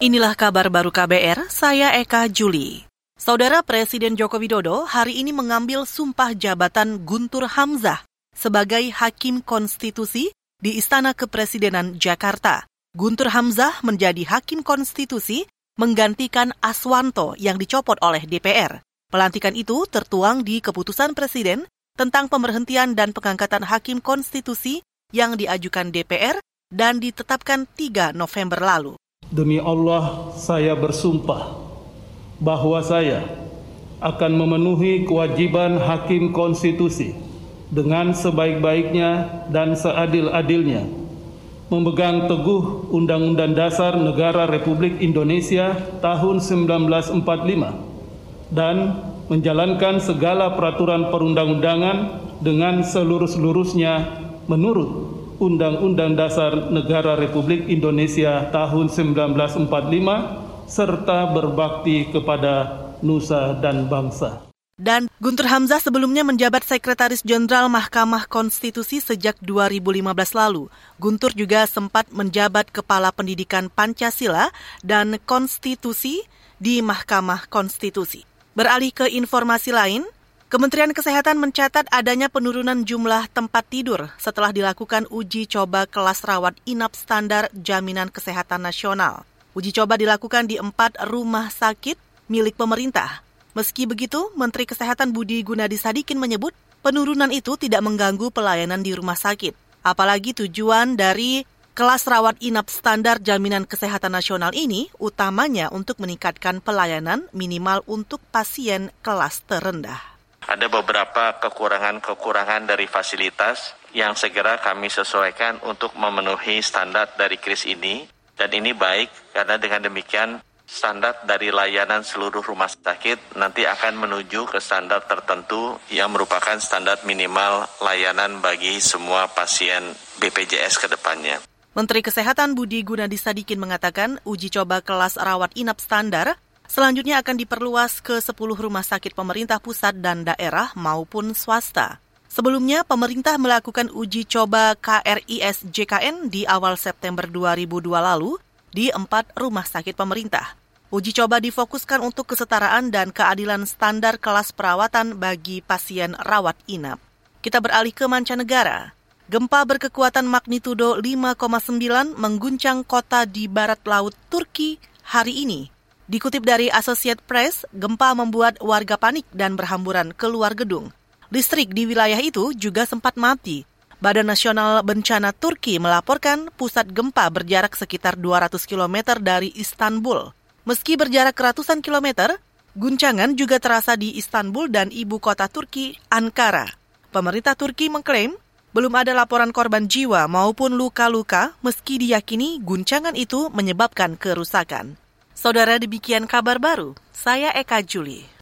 Inilah kabar baru KBR, saya Eka Juli. Saudara Presiden Joko Widodo hari ini mengambil sumpah jabatan Guntur Hamzah sebagai Hakim Konstitusi di Istana Kepresidenan Jakarta. Guntur Hamzah menjadi Hakim Konstitusi menggantikan Aswanto yang dicopot oleh DPR. Pelantikan itu tertuang di Keputusan Presiden tentang pemberhentian dan pengangkatan Hakim Konstitusi yang diajukan DPR dan ditetapkan 3 November lalu. Demi Allah, saya bersumpah bahwa saya akan memenuhi kewajiban Hakim Konstitusi dengan sebaik-baiknya dan seadil-adilnya, memegang teguh Undang-Undang Dasar Negara Republik Indonesia tahun 1945 dan menjalankan segala peraturan perundang-undangan dengan seluruh-seluruhnya menurut Undang-Undang Dasar Negara Republik Indonesia tahun 1945 serta berbakti kepada nusa dan bangsa. Dan Guntur Hamzah sebelumnya menjabat Sekretaris Jenderal Mahkamah Konstitusi sejak 2015 lalu. Guntur juga sempat menjabat Kepala Pendidikan Pancasila dan Konstitusi di Mahkamah Konstitusi. Beralih ke informasi lain, Kementerian Kesehatan mencatat adanya penurunan jumlah tempat tidur setelah dilakukan uji coba kelas rawat inap standar Jaminan Kesehatan Nasional. Uji coba dilakukan di 4 rumah sakit milik pemerintah. Meski begitu, Menteri Kesehatan Budi Gunadi Sadikin menyebut penurunan itu tidak mengganggu pelayanan di rumah sakit. Apalagi tujuan dari kelas rawat inap standar Jaminan Kesehatan Nasional ini utamanya untuk meningkatkan pelayanan minimal untuk pasien kelas terendah. Ada beberapa kekurangan dari fasilitas yang segera kami sesuaikan untuk memenuhi standar dari KRIS ini. Dan ini baik karena dengan demikian standar dari layanan seluruh rumah sakit nanti akan menuju ke standar tertentu yang merupakan standar minimal layanan bagi semua pasien BPJS ke depannya. Menteri Kesehatan Budi Gunadi Sadikin mengatakan uji coba kelas rawat inap standar selanjutnya akan diperluas ke 10 rumah sakit pemerintah pusat dan daerah maupun swasta. Sebelumnya, pemerintah melakukan uji coba KRIS JKN di awal September 2002 lalu di 4 rumah sakit pemerintah. Uji coba difokuskan untuk kesetaraan dan keadilan standar kelas perawatan bagi pasien rawat inap. Kita beralih ke mancanegara. Gempa berkekuatan magnitudo 5,9 mengguncang kota di barat laut Turki hari ini. Dikutip dari Associated Press, gempa membuat warga panik dan berhamburan keluar gedung. Listrik di wilayah itu juga sempat mati. Badan Nasional Bencana Turki melaporkan pusat gempa berjarak sekitar 200 km dari Istanbul. Meski berjarak ratusan kilometer, guncangan juga terasa di Istanbul dan ibu kota Turki, Ankara. Pemerintah Turki mengklaim belum ada laporan korban jiwa maupun luka-luka meski diyakini guncangan itu menyebabkan kerusakan. Saudara, demikian kabar baru. Saya Eka Juli.